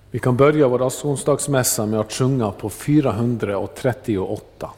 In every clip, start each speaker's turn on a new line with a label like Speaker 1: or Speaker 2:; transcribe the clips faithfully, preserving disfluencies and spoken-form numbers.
Speaker 1: Vi kan börja vår onsdagsmässa med att sjunga på fyrahundratrettioåtta.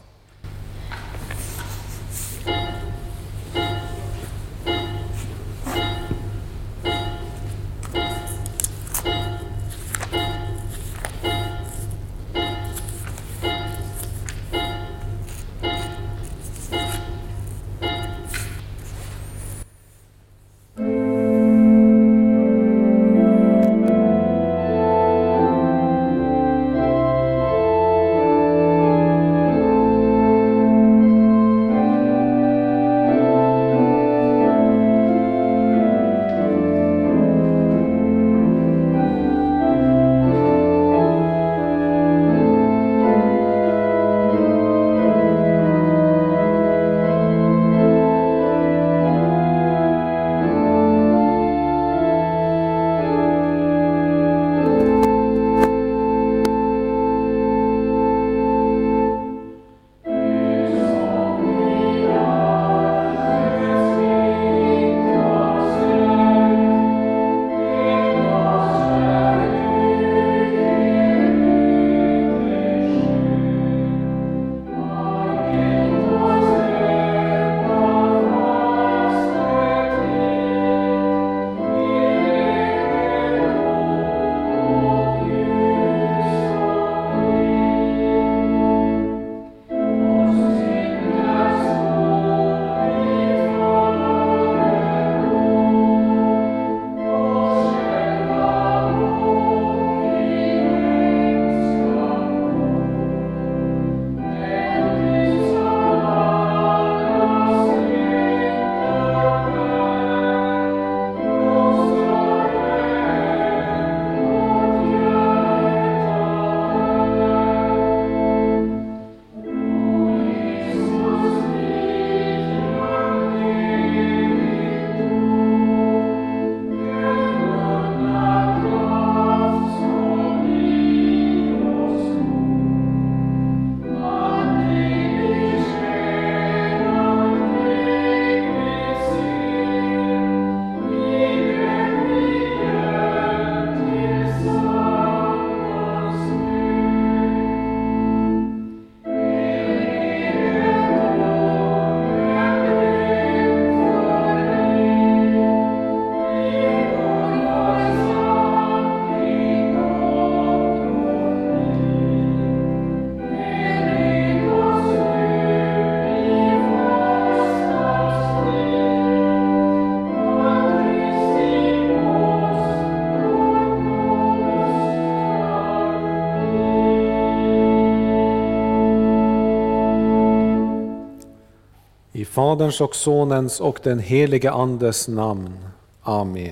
Speaker 1: I Faderns och Sonens och den helige Andes namn. Amen.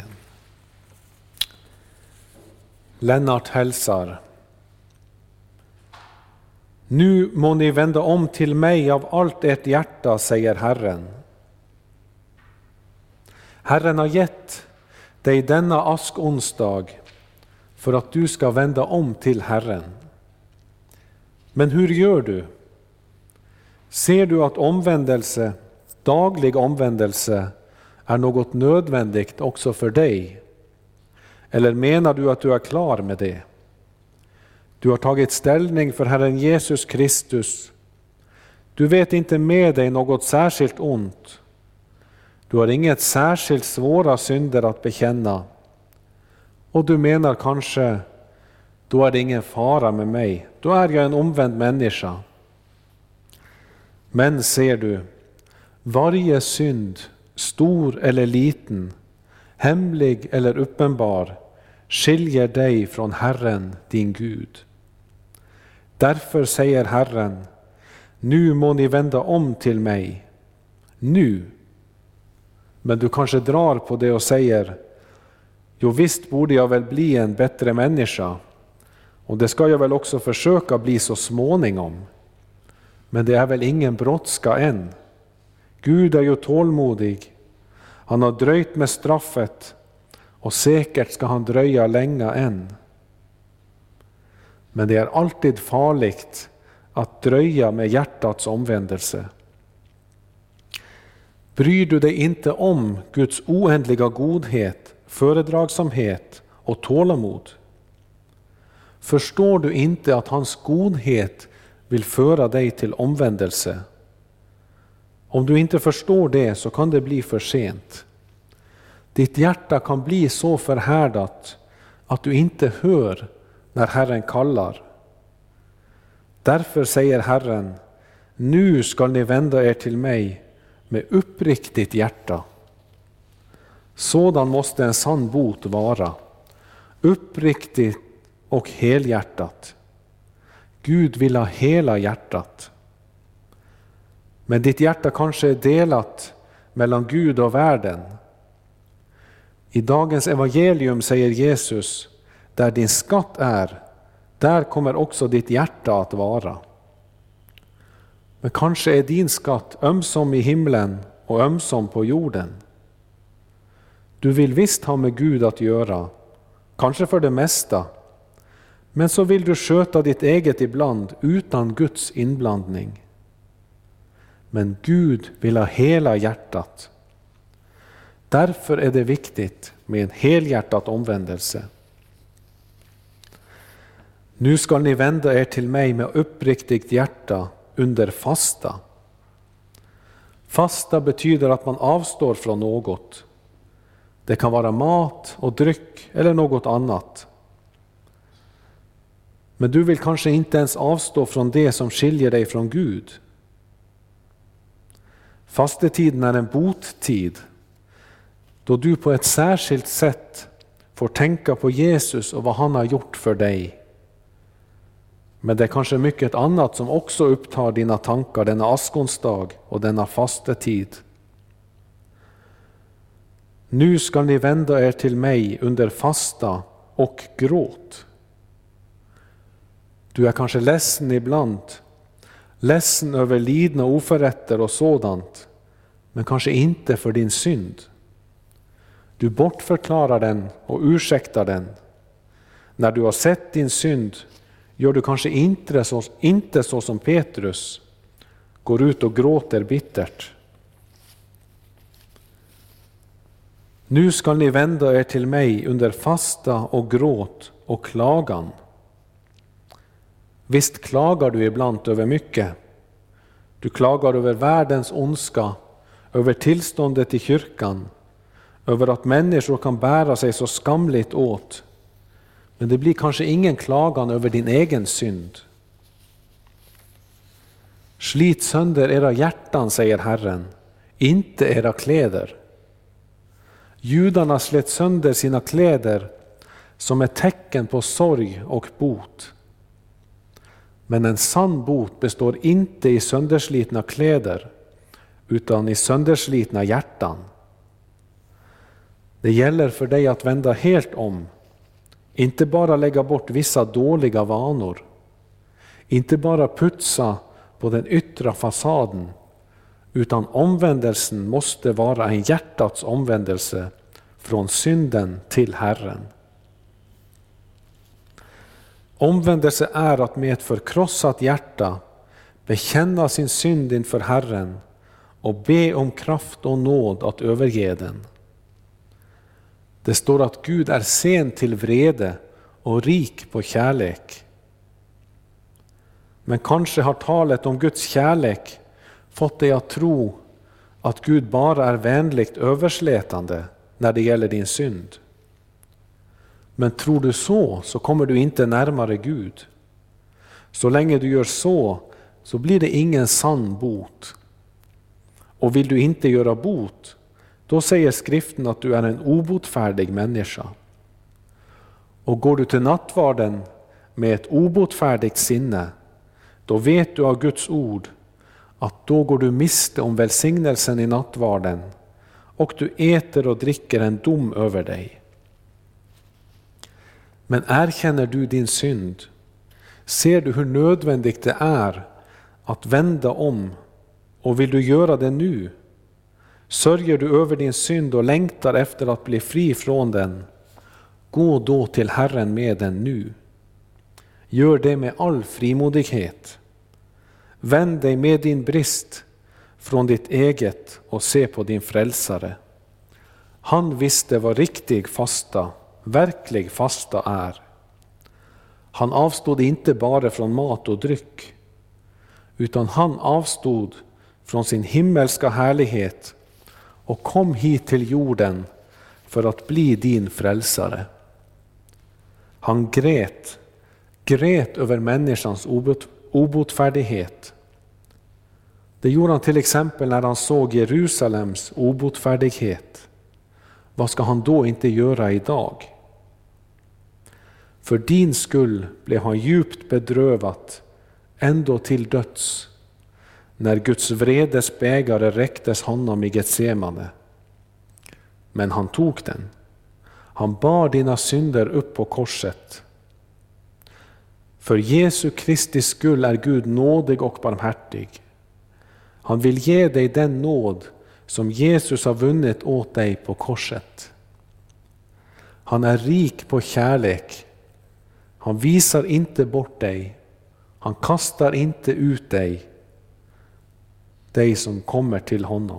Speaker 1: Lennart hälsar. Nu må ni vända om till mig av allt ert hjärta, säger Herren. Herren har gett dig denna askonsdag för att du ska vända om till Herren. Men hur gör du? Ser du att omvändelse, daglig omvändelse, är något nödvändigt också för dig? Eller menar du att du är klar med det? Du har tagit ställning för Herren Jesus Kristus. Du vet inte med dig något särskilt ont. Du har inget särskilt svåra synder att bekänna. Och du menar kanske, då är det ingen fara med mig. Då är jag en omvänd människa. Men ser du, varje synd, stor eller liten, hemlig eller uppenbar, skiljer dig från Herren, din Gud. Därför säger Herren, nu må ni vända om till mig. Nu. Men du kanske drar på det och säger, jo visst borde jag väl bli en bättre människa. Och det ska jag väl också försöka bli så småningom. Men det är väl ingen brådska än. Gud är ju tålmodig. Han har dröjt med straffet och säkert ska han dröja länge än. Men det är alltid farligt att dröja med hjärtats omvändelse. Bryr du dig inte om Guds oändliga godhet, föredragsamhet och tålamod? Förstår du inte att hans godhet vill föra dig till omvändelse? Om du inte förstår det så kan det bli för sent. Ditt hjärta kan bli så förhärdat att du inte hör när Herren kallar. Därför säger Herren, nu ska ni vända er till mig med uppriktigt hjärta. Sådan måste en sann bot vara, uppriktigt och helhjärtat. Gud vill ha hela hjärtat. Men ditt hjärta kanske är delat mellan Gud och världen. I dagens evangelium säger Jesus, där din skatt är, där kommer också ditt hjärta att vara. Men kanske är din skatt ömsom i himlen och ömsom på jorden. Du vill visst ha med Gud att göra, kanske för det mesta, men så vill du sköta ditt eget ibland utan Guds inblandning. Men Gud vill ha hela hjärtat. Därför är det viktigt med en helhjärtat omvändelse. Nu ska ni vända er till mig med uppriktigt hjärta under fasta. Fasta betyder att man avstår från något. Det kan vara mat och dryck eller något annat. Men du vill kanske inte ens avstå från det som skiljer dig från Gud. Fastetiden är en bottid, då du på ett särskilt sätt får tänka på Jesus och vad han har gjort för dig. Men det är kanske mycket annat som också upptar dina tankar denna askonsdag och denna fastetid. Nu ska ni vända er till mig under fasta och gråt. Du är kanske ledsen ibland, ledsen över lidna oförrätter och sådant, men kanske inte för din synd. Du bortförklarar den och ursäktar den. När du har sett din synd gör du kanske inte så, inte så som Petrus, går ut och gråter bittert. Nu ska ni vända er till mig under fasta och gråt och klagan. Visst klagar du ibland över mycket. Du klagar över världens ondska, över tillståndet i kyrkan, över att människor kan bära sig så skamligt åt. Men det blir kanske ingen klagan över din egen synd. Slit sönder era hjärtan, säger Herren, inte era kläder. Judarna slet sönder sina kläder som ett tecken på sorg och bot. Men en sann bot består inte i sönderslitna kläder, utan i sönderslitna hjärtan. Det gäller för dig att vända helt om, inte bara lägga bort vissa dåliga vanor, inte bara putsa på den yttre fasaden, utan omvändelsen måste vara en hjärtats omvändelse från synden till Herren. Omvändelse är att med ett förkrossat hjärta bekänna sin synd inför Herren och be om kraft och nåd att överge den. Det står att Gud är sen till vrede och rik på kärlek. Men kanske har talet om Guds kärlek fått dig att tro att Gud bara är vänligt överslätande när det gäller din synd. Men tror du så, så kommer du inte närmare Gud. Så länge du gör så, så blir det ingen sann bot. Och vill du inte göra bot, då säger skriften att du är en obotfärdig människa. Och går du till nattvarden med ett obotfärdigt sinne, då vet du av Guds ord att då går du miste om välsignelsen i nattvarden och du äter och dricker en dom över dig. Men erkänner du din synd, ser du hur nödvändigt det är att vända om, och vill du göra det nu, sörjer du över din synd och längtar efter att bli fri från den, gå då till Herren med den nu. Gör det med all frimodighet. Vänd dig med din brist från ditt eget och se på din frälsare. Han visste vad riktig fasta, verklig fasta är. Han avstod inte bara från mat och dryck, utan han avstod från sin himmelska härlighet och kom hit till jorden för att bli din frälsare. Han grät, grät över människans obot, obotfärdighet. Det gjorde han till exempel när han såg Jerusalems obotfärdighet. Vad ska han då inte göra idag? För din skull blev han djupt bedrövat, ändå till döds, när Guds vredes bägare räcktes honom i Getsemane. Men han tog den. Han bar dina synder upp på korset. För Jesu Kristi skull är Gud nådig och barmhärtig. Han vill ge dig den nåd som Jesus har vunnit åt dig på korset. Han är rik på kärlek. Han visar inte bort dig. Han kastar inte ut dig. Dig som kommer till honom.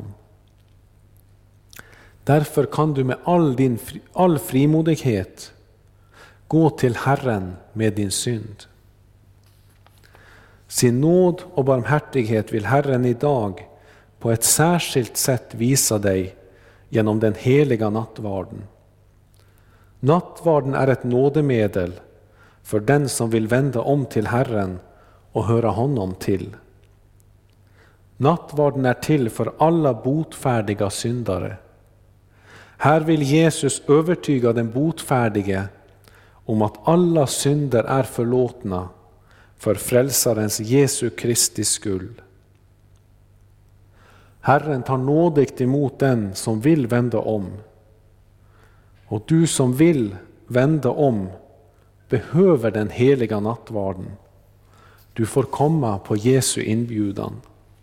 Speaker 1: Därför kan du med all din all frimodighet gå till Herren med din synd. Sin nåd och barmhärtighet vill Herren idag på ett särskilt sätt visa dig genom den heliga nattvarden. Nattvarden är ett nådemedel för den som vill vända om till Herren och höra honom till. Nattvarden är till för alla botfärdiga syndare. Här vill Jesus övertyga den botfärdige om att alla synder är förlåtna för frälsarens Jesu Kristi skull. Herren tar nådigt emot den som vill vända om. Och du som vill vända om behöver den heliga nattvarden. Du får komma på Jesu inbjudan.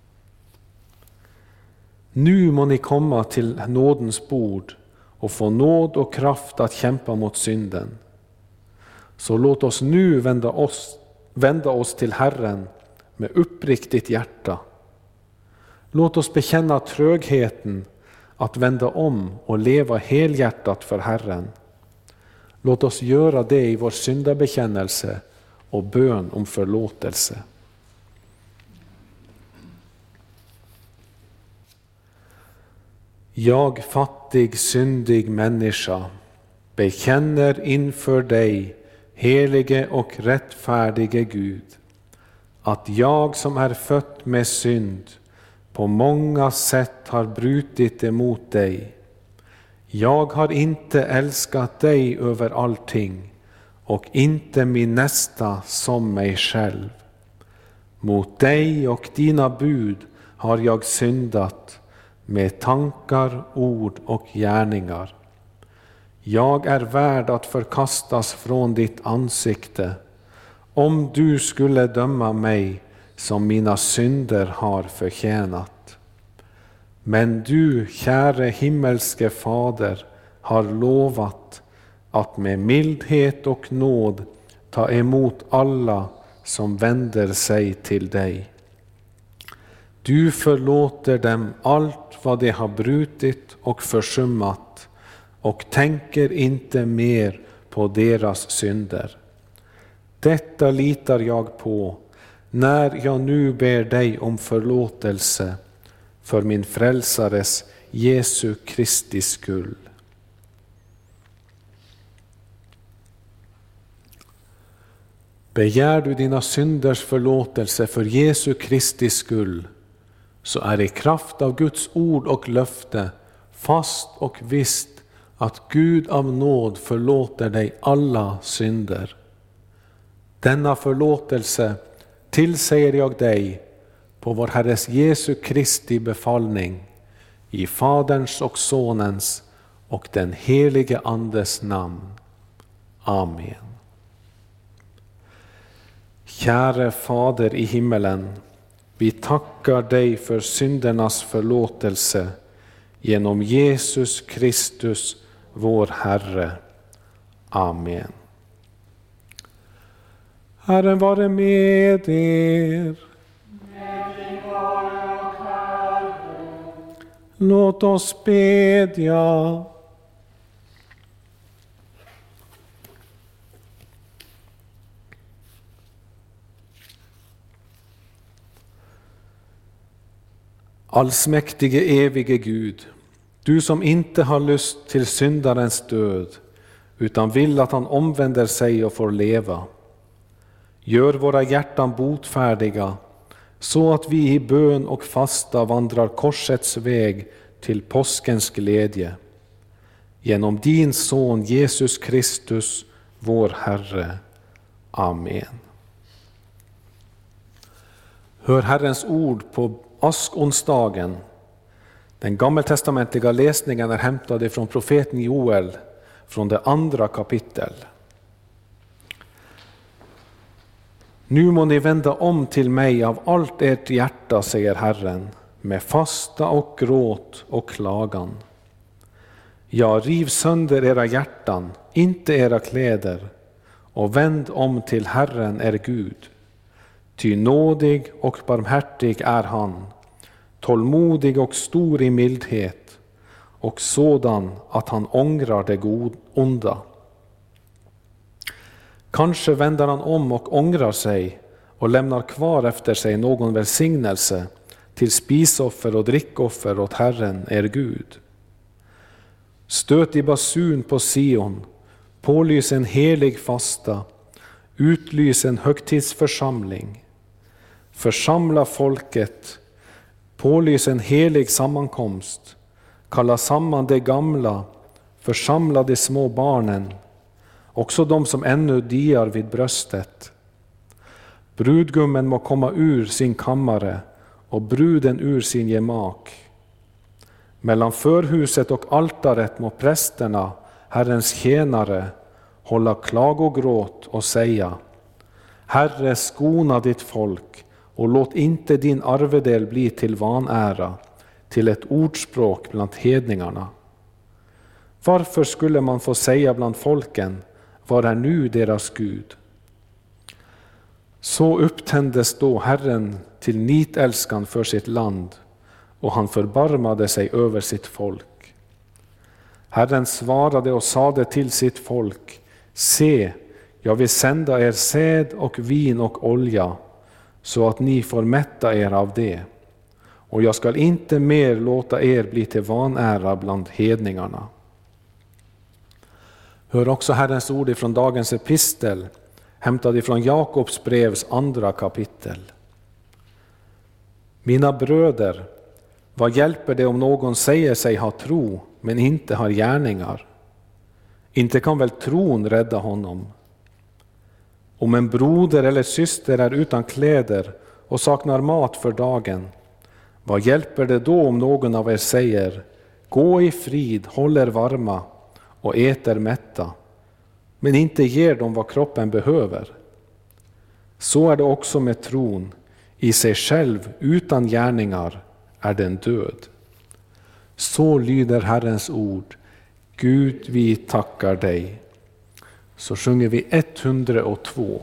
Speaker 1: Nu må ni komma till nådens bord och få nåd och kraft att kämpa mot synden. Så låt oss nu vända oss, vända oss till Herren med uppriktigt hjärta. Låt oss bekänna trögheten att vända om och leva helhjärtat för Herren. Låt oss göra det i vår syndabekännelse och bön om förlåtelse. Jag, fattig, syndig människa, bekänner inför dig, helige och rättfärdige Gud, att jag som är född med synd på många sätt har brutit emot dig. Jag har inte älskat dig över allting och inte min nästa som mig själv. Mot dig och dina bud har jag syndat med tankar, ord och gärningar. Jag är värd att förkastas från ditt ansikte, om du skulle döma mig som mina synder har förtjänat. Men du, käre himmelske Fader, har lovat att med mildhet och nåd ta emot alla som vänder sig till dig. Du förlåter dem allt vad de har brutit och försummat och tänker inte mer på deras synder. Detta litar jag på när jag nu ber dig om förlåtelse för min frälsares Jesu Kristi skull. Begär du dina synders förlåtelse för Jesu Kristi skull, så är i kraft av Guds ord och löfte fast och visst att Gud av nåd förlåter dig alla synder. Denna förlåtelse tillsäger jag dig på vår Herres Jesu Kristi befallning, i Faderns och Sonens och den helige Andes namn. Amen. Käre Fader i himmelen, vi tackar dig för syndernas förlåtelse genom Jesus Kristus, vår Herre. Amen. Herren vare med er. Låt oss bedja. Allsmäktige evige Gud, du som inte har lust till syndarens död, utan vill att han omvänder sig och får leva. Gör våra hjärtan botfärdiga, så att vi i bön och fasta vandrar korsets väg till påskens glädje. Genom din son Jesus Kristus, vår Herre. Amen. Hör Herrens ord på askonsdagen. Den gammeltestamentliga läsningen är hämtad från profeten Joel, från det andra kapitel. Nu må ni vända om till mig av allt ert hjärta, säger Herren, med fasta och gråt och klagan. Ja, riv sönder era hjärtan, inte era kläder, och vänd om till Herren er Gud. Ty nådig och barmhärtig är han, tålmodig och stor i mildhet, och sådan att han ångrar det god, onda. Kanske vänder han om och ångrar sig och lämnar kvar efter sig någon välsignelse till spisoffer och drickoffer åt Herren er Gud. Stöt i basun på Sion, pålys en helig fasta, utlys en högtidsförsamling. Församla folket, pålys en helig sammankomst, kalla samman de gamla, församla de små barnen, också de som ännu diar vid bröstet. Brudgummen må komma ur sin kammare och bruden ur sin gemak. Mellan förhuset och altaret må prästerna, Herrens tjänare, hålla klagogråt och säga: Herre, skona ditt folk och låt inte din arvedel bli till vanära, till ett ordspråk bland hedningarna. Varför skulle man få säga bland folken: var är nu deras Gud? Så upptändes då Herren till nitälskan för sitt land, och han förbarmade sig över sitt folk. Herren svarade och sade till sitt folk: se, jag vill sända er säd och vin och olja, så att ni får mätta er av det. Och jag skall inte mer låta er bli till vanära bland hedningarna. Hör också Herrens ord ifrån dagens epistel, hämtad ifrån Jakobs brevs andra kapitel. Mina bröder, vad hjälper det om någon säger sig ha tro men inte har gärningar? Inte kan väl tron rädda honom? Om en broder eller syster är utan kläder och saknar mat för dagen, vad hjälper det då om någon av er säger: gå i frid, håll er varma och äter mätta, men inte ger dem vad kroppen behöver? Så är det också med tron. I sig själv utan gärningar är den död. Så lyder Herrens ord. Gud, vi tackar dig. Så sjunger vi etthundratvå.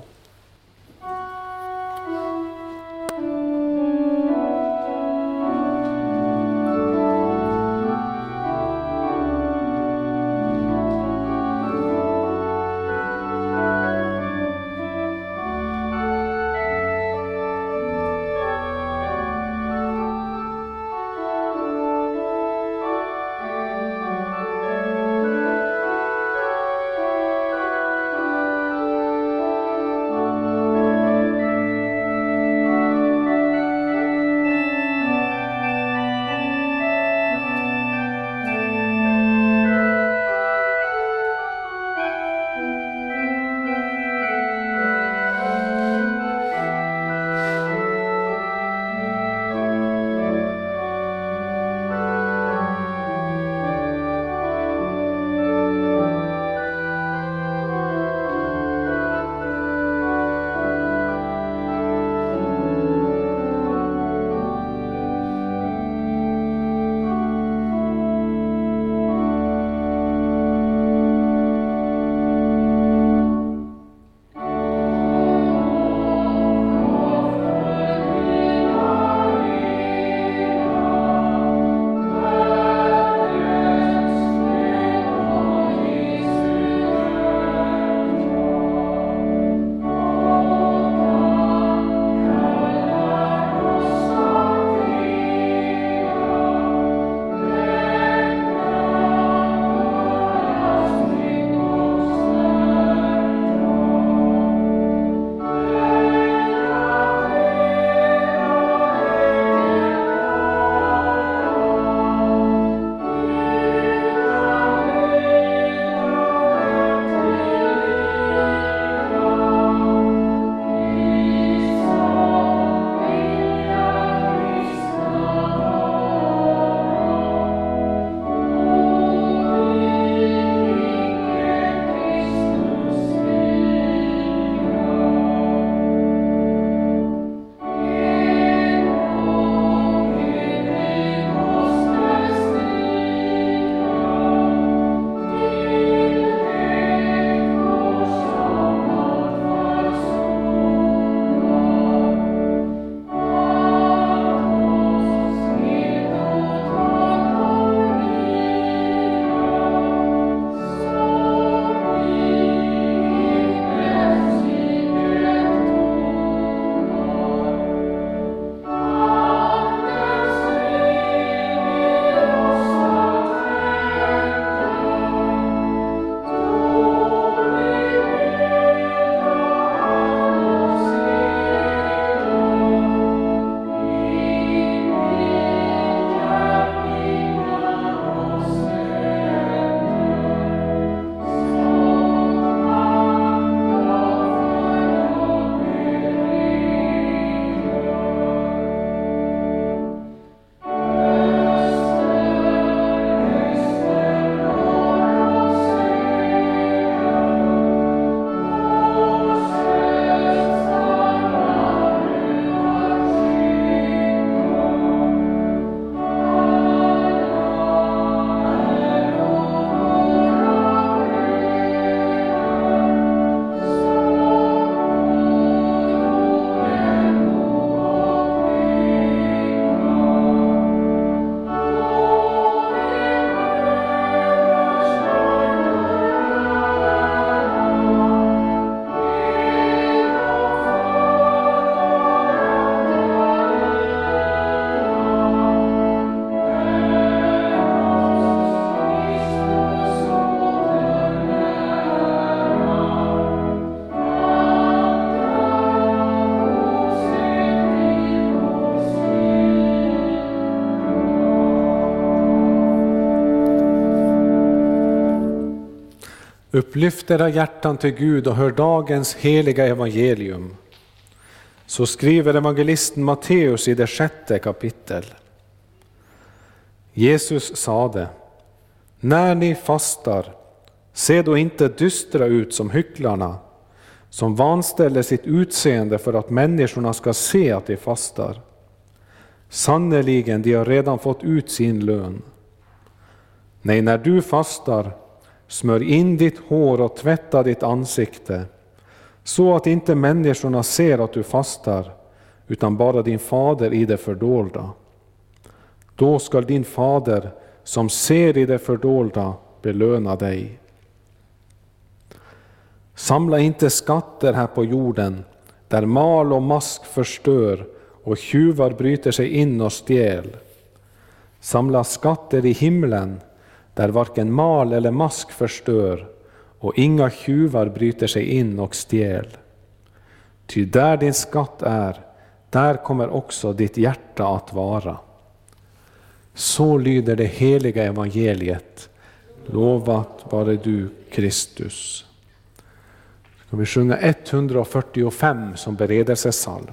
Speaker 1: Upplyft era hjärtan till Gud och hör dagens heliga evangelium. Så skriver evangelisten Matteus i det sjätte kapitel. Jesus sade: när ni fastar, se då inte dystra ut som hycklarna, som vanställer sitt utseende för att människorna ska se att de fastar. Sannoliken, de har redan fått ut sin lön. Nej, när du fastar, smör in ditt hår och tvätta ditt ansikte, så att inte människorna ser att du fastar, utan bara din fader i det fördolda. Då ska din fader, som ser i det fördolda, belöna dig. Samla inte skatter här på jorden, där mal och mask förstör och tjuvar bryter sig in och stjäl. Samla skatter i himlen, där varken mal eller mask förstör och inga tjuvar bryter sig in och stjäl. Ty där din skatt är, där kommer också ditt hjärta att vara. Så lyder det heliga evangeliet. Lovat vare du, Kristus. Ska vi sjunga etthundrafyrtiofem som beredelsesalm.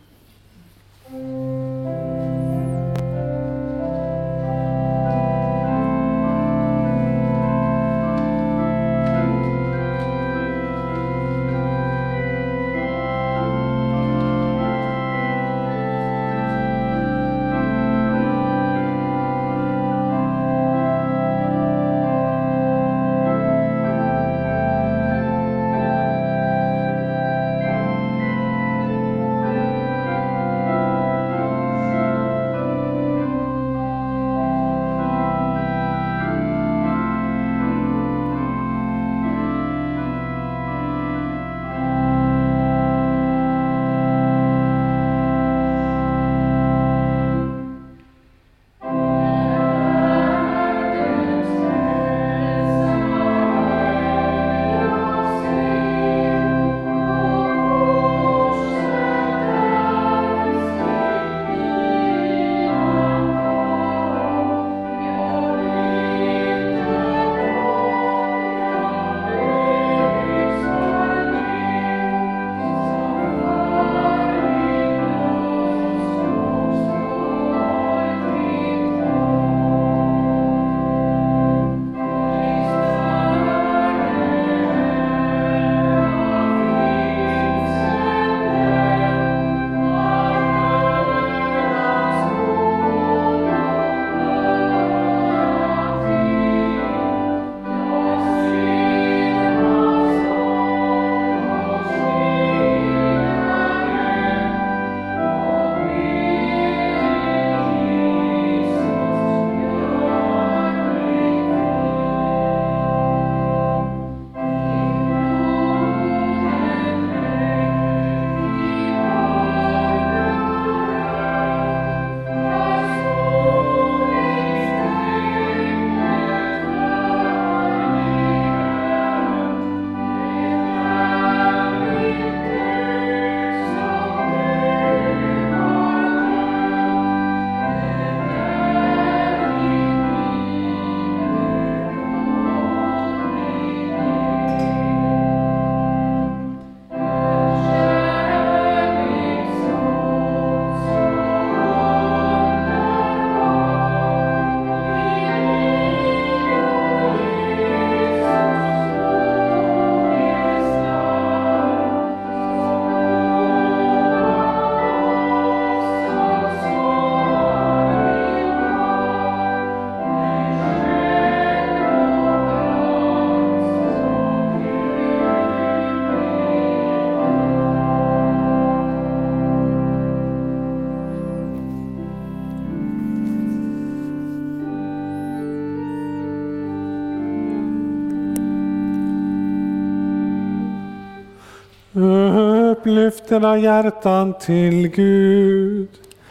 Speaker 2: Upplyft era hjärtan till Gud.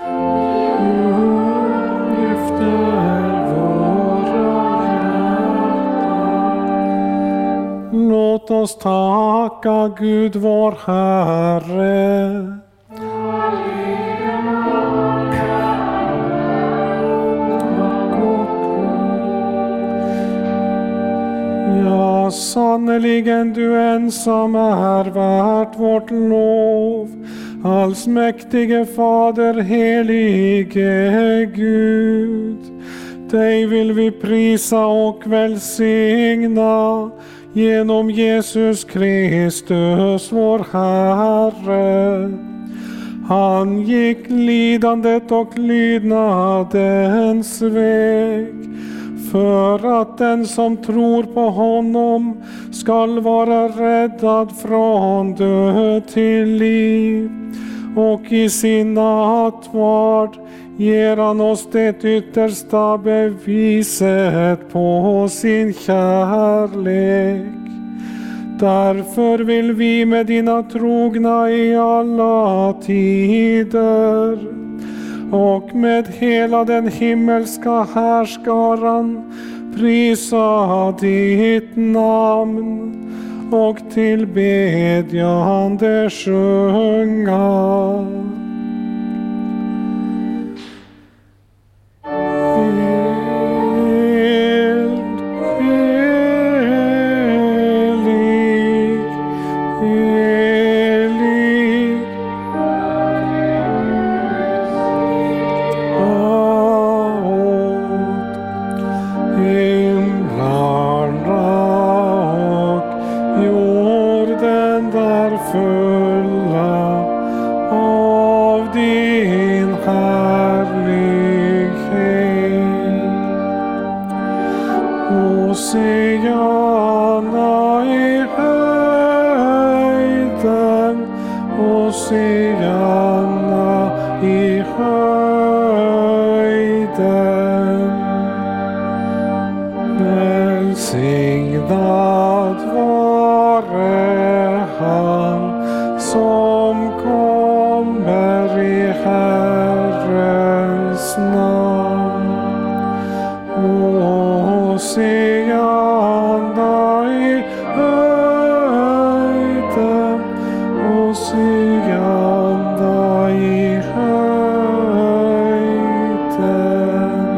Speaker 2: Upplyft våra hjärtan. Låt oss tacka Gud vår Herre. Ja, Ja, sannoliken du ensam är värt vårt lov. Allsmäktige Fader, helige Gud. Dig vill vi prisa och välsigna genom Jesus Kristus, vår Herre. Han gick lidandet och lydnadens väg för att den som tror på honom skall vara räddad från död till liv. Och i sin nattvard ger han oss det yttersta beviset på sin kärlek. Därför vill vi med dina trogna i alla tider och med hela den himmelska härskaran prisa ditt namn och tillbedjande sjunga. Hosianna i höjden, Hosianna i höjden. Välsignad vare han som kommer i Herrens namn. Hosianna i höjden, Hosianna i höjden.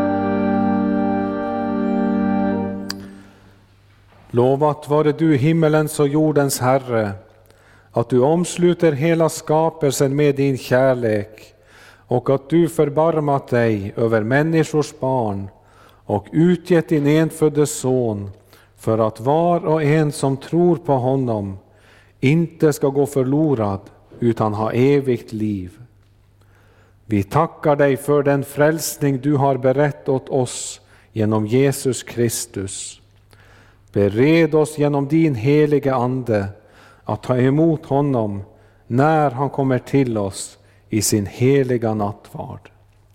Speaker 1: Lovat vare du, himmelens och jordens Herre, att du omsluter hela skapelsen med din kärlek och att du förbarmat dig över människors barn och utgett din enfödde son för att var och en som tror på honom inte ska gå förlorad utan ha evigt liv. Vi tackar dig för den frälsning du har berett åt oss genom Jesus Kristus. Bered oss genom din heliga ande att ta emot honom när han kommer till oss i sin heliga nattvard.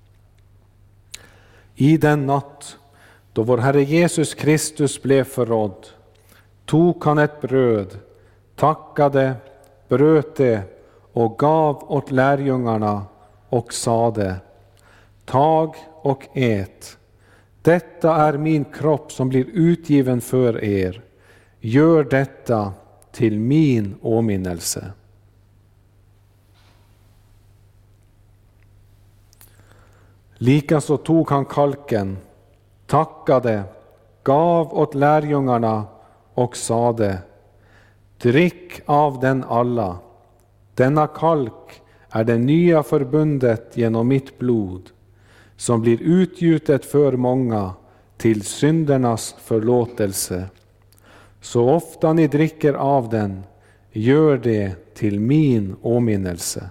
Speaker 1: I den natt då vår Herre Jesus Kristus blev förrådd, tog han ett bröd, tackade, bröt det och gav åt lärjungarna och sade: tag och ät. Detta är min kropp som blir utgiven för er. Gör detta till min åminnelse. Likaså tog han kalken, tackade, gav åt lärjungarna och sade: drick av den alla. Denna kalk är det nya förbundet genom mitt blod, som blir utgjutet för många till syndernas förlåtelse. Så ofta ni dricker av den, gör det till min åminnelse.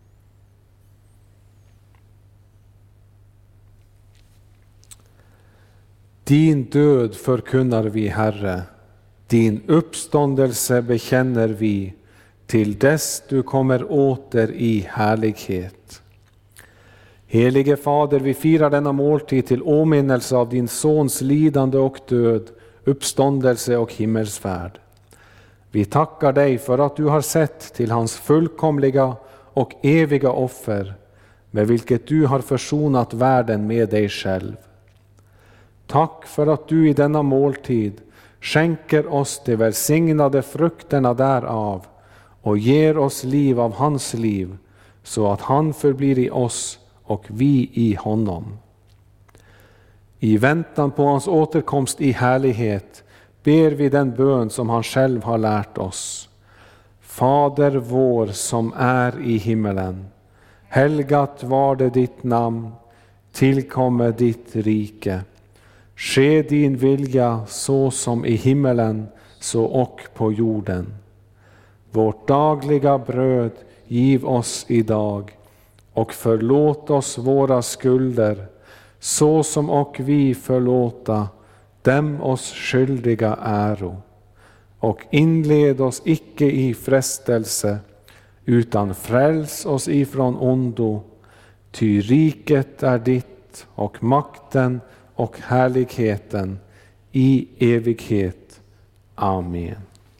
Speaker 1: Din död förkunnar vi, Herre, din uppståndelse bekänner vi, till dess du kommer åter i härlighet. Helige Fader, vi firar denna måltid till åminnelse av din sons lidande och död, uppståndelse och himmelsfärd. Vi tackar dig för att du har sett till hans fullkomliga och eviga offer, med vilket du har försonat världen med dig själv. Tack för att du i denna måltid skänker oss de välsignade frukterna därav och ger oss liv av hans liv, så att han förblir i oss och vi i honom. I väntan på hans återkomst i härlighet ber vi den bön som han själv har lärt oss. Fader vår som är i himmelen. Helgat var det ditt namn. Tillkommer ditt rike. Ske din vilja så som i himmelen så och på jorden. Vårt dagliga bröd giv oss idag och förlåt oss våra skulder så som och vi förlåta dem oss skyldiga äro. Och inled oss icke i frestelse utan fräls oss ifrån ondo. Ty riket är ditt och makten och härligheten i evighet. Amen.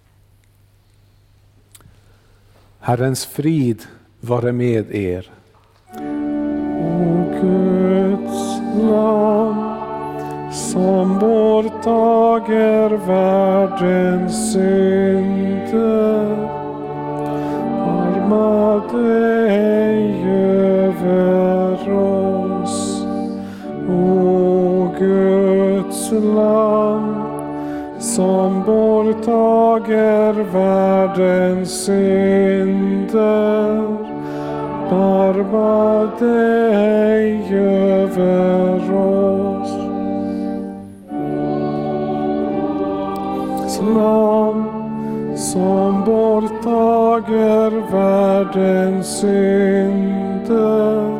Speaker 1: Herrens frid vare med er.
Speaker 2: O Guds lam, som borttager världens synder, barma dig över oss. O Guds lam, som borttager världens synder, barma dig över oss. Lam, som borttager världens synder,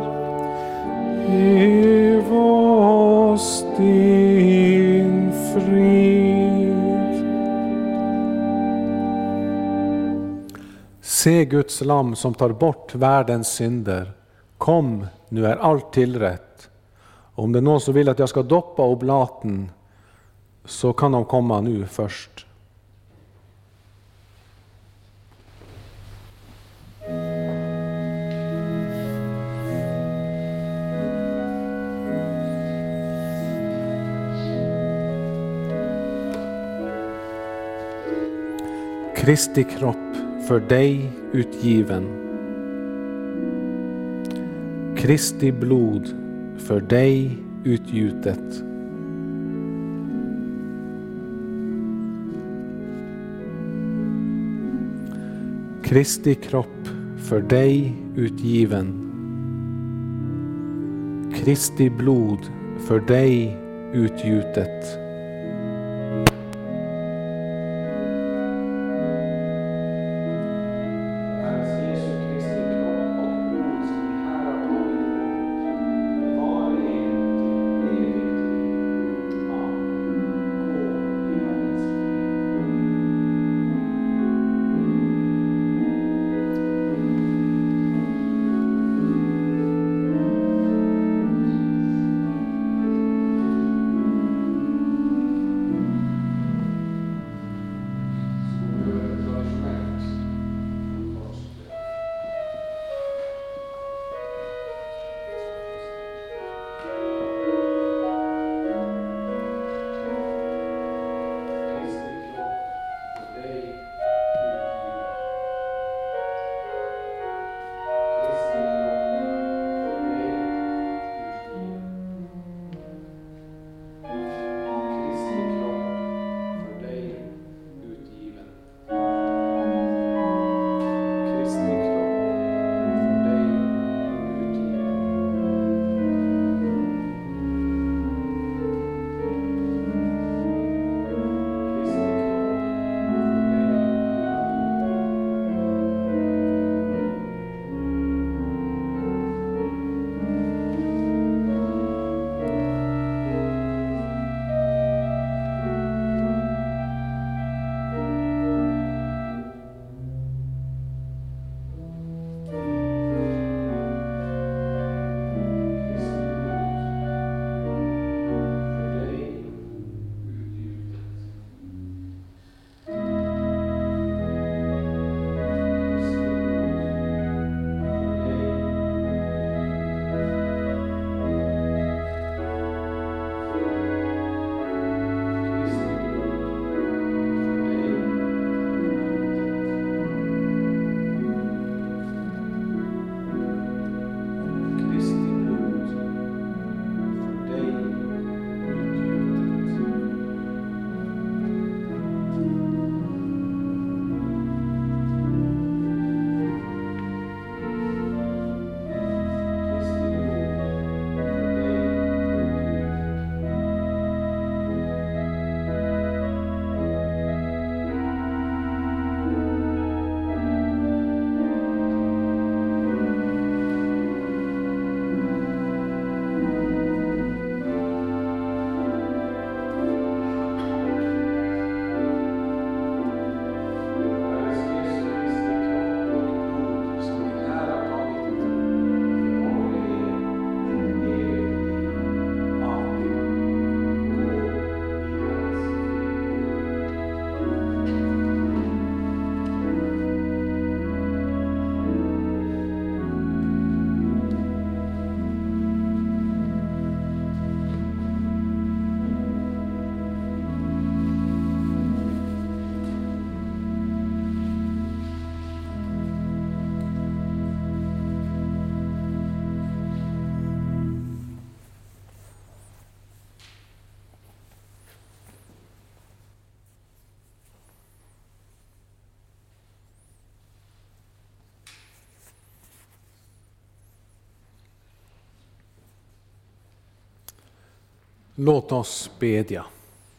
Speaker 2: giv oss din frid.
Speaker 1: Se Guds lam som tar bort världens synder. Kom, nu är allt tillrätt. Om det är någon som vill att jag ska doppa oblaten, så kan de komma nu först. Kristi kropp för dig utgiven. Kristi blod för dig utgjutet. Kristi kropp för dig utgiven. Kristi blod för dig utgjutet. Låt oss bedja.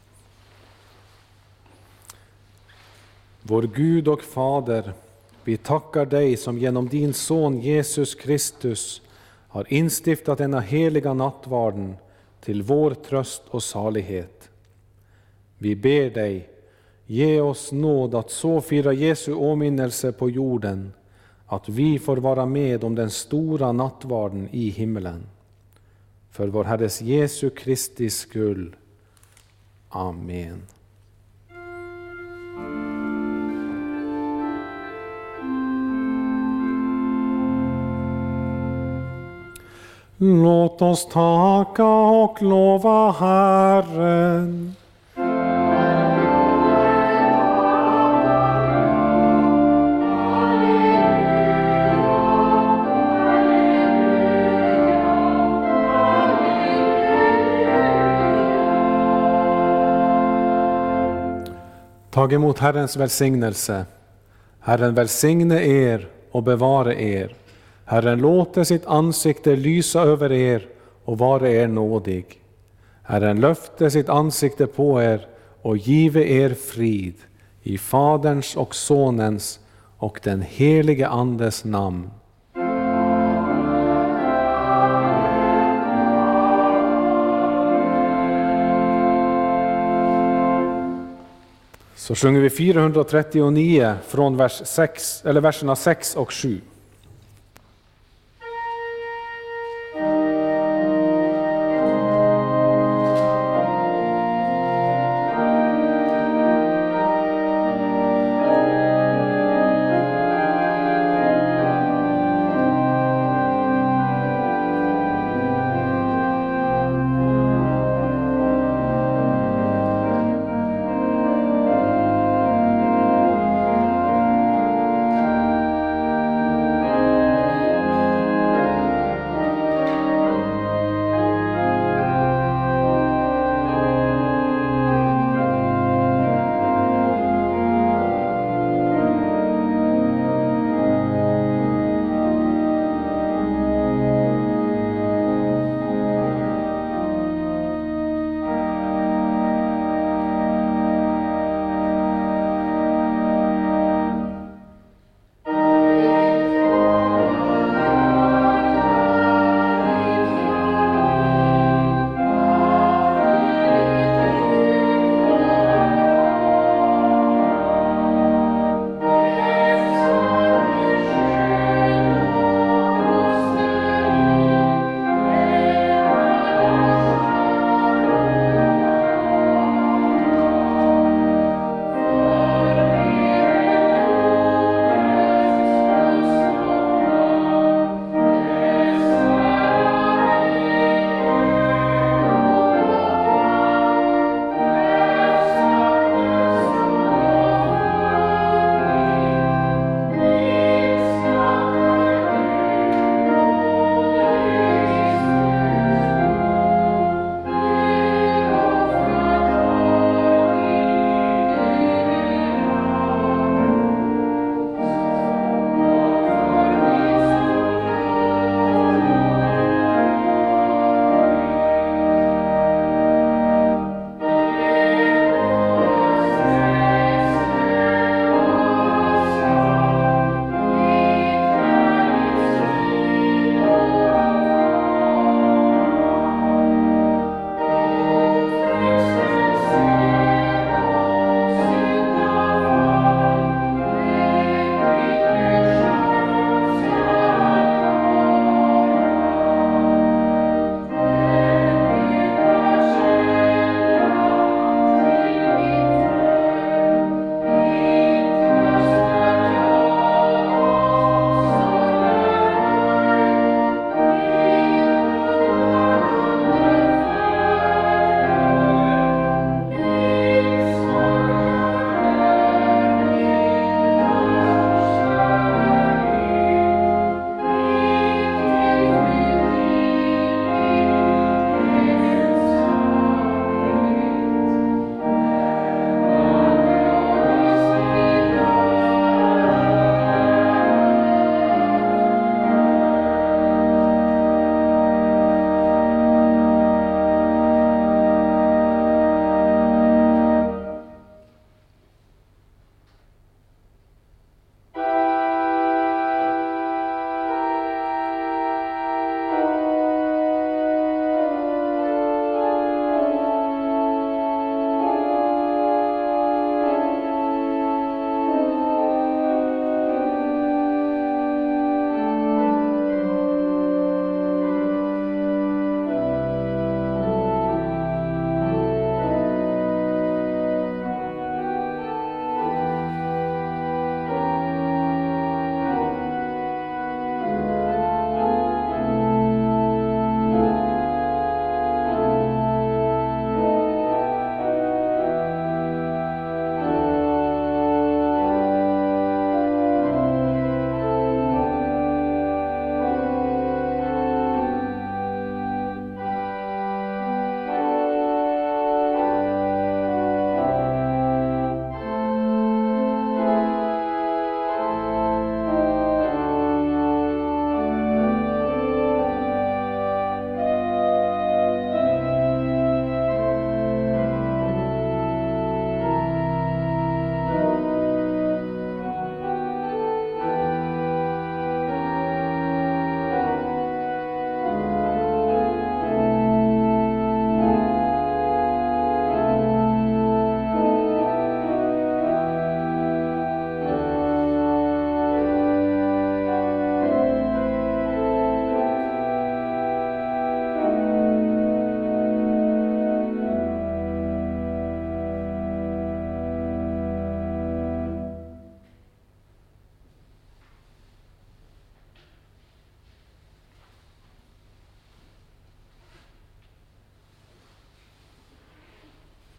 Speaker 1: Vår Gud och Fader, vi tackar dig som genom din son Jesus Kristus har instiftat denna heliga nattvarden till vår tröst och salighet. Vi ber dig, ge oss nåd att så fira Jesu åminnelse på jorden, att vi får vara med om den stora nattvarden i himmelen. För vår Herres Jesu Kristi skull. Amen.
Speaker 2: Låt oss tacka och lova Herren.
Speaker 1: Tag emot Herrens välsignelse. Herren välsigne er och bevara er. Herren låter sitt ansikte lysa över er och vara er nådig. Herren löfte sitt ansikte på er och give er frid i Faderns och Sonens och den helige Andes namn. Så sjunger vi fyrahundratrettionio från vers sex, eller verserna sex och sju.